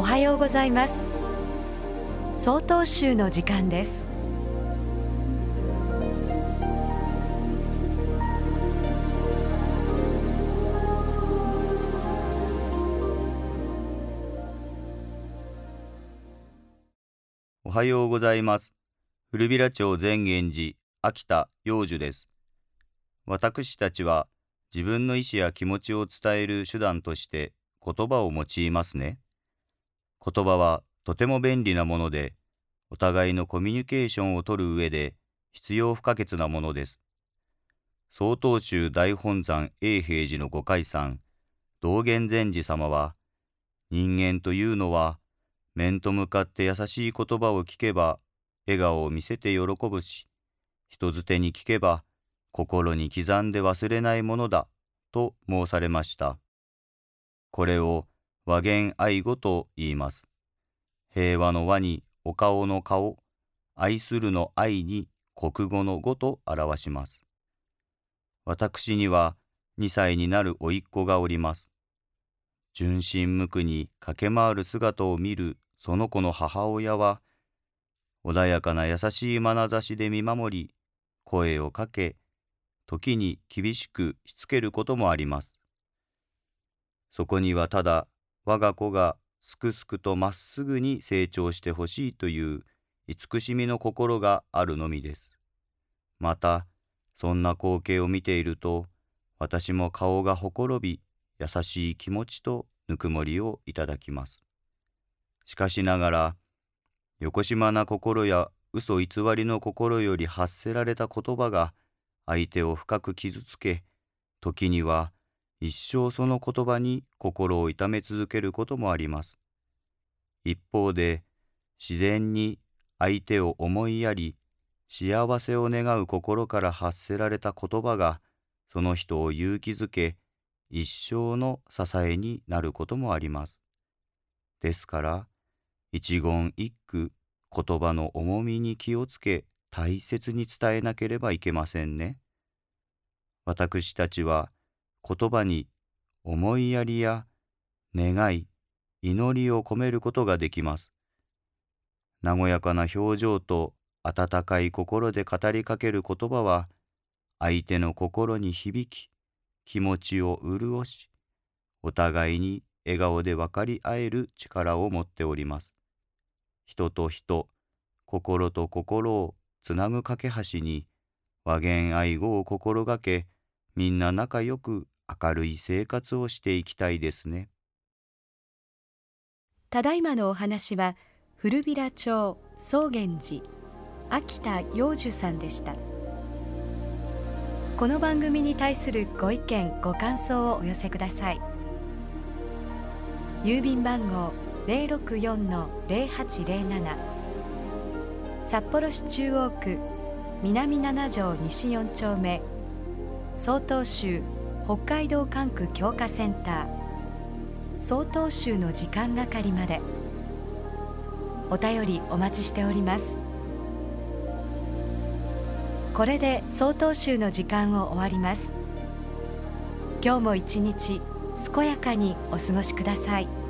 おはようございます。総統集の時間です。 おはようございます。古平町善現寺秋田陽樹です。私たちは自分の意思や気持ちを伝える手段として言葉を用いますね。言葉はとても便利なもので、お互いのコミュニケーションを取る上で必要不可欠なものです。曹洞宗大本山永平寺の御開山、道元禅師様は、人間というのは面と向かって優しい言葉を聞けば笑顔を見せて喜ぶし、人づてに聞けば心に刻んで忘れないものだと申されました。これを和言愛語と言います。平和の和にお顔の顔、愛するの愛に国語の語と表します。私には2歳になる甥っ子がおります。純真無垢に駆け回る姿を見るその子の母親は、穏やかな優しい眼差しで見守り、声をかけ、時に厳しくしつけることもあります。そこにはただ我が子がすくすくとまっすぐに成長してほしいという慈しみの心があるのみです。また、そんな光景を見ていると、私も顔がほころび、優しい気持ちとぬくもりをいただきます。しかしながら、よこしまな心や嘘偽りの心より発せられた言葉が相手を深く傷つけ、時には一生その言葉に心を痛め続けることもあります。一方で、自然に相手を思いやり、幸せを願う心から発せられた言葉が、その人を勇気づけ、一生の支えになることもあります。ですから、一言一句、言葉の重みに気をつけ、大切に伝えなければいけませんね。私たちは言葉に思いやりや願い、祈りを込めることができます。和やかな表情と温かい心で語りかける言葉は、相手の心に響き、気持ちを潤し、お互いに笑顔で分かり合える力を持っております。人と人、心と心をつなぐ架け橋に、和言愛語を心がけ、みんな仲良く明るい生活をしていきたいですね。 ただいまのお話は、古平町宗元寺秋田陽樹さんでした。この番組に対するご意見ご感想をお寄せください。郵便番号 064-0807 札幌市中央区南7条西4丁目、曹洞宗北海道管区強化センター曹洞宗の時間係まで。お便りお待ちしております。これで曹洞宗の時間を終わります。今日も一日健やかにお過ごしください。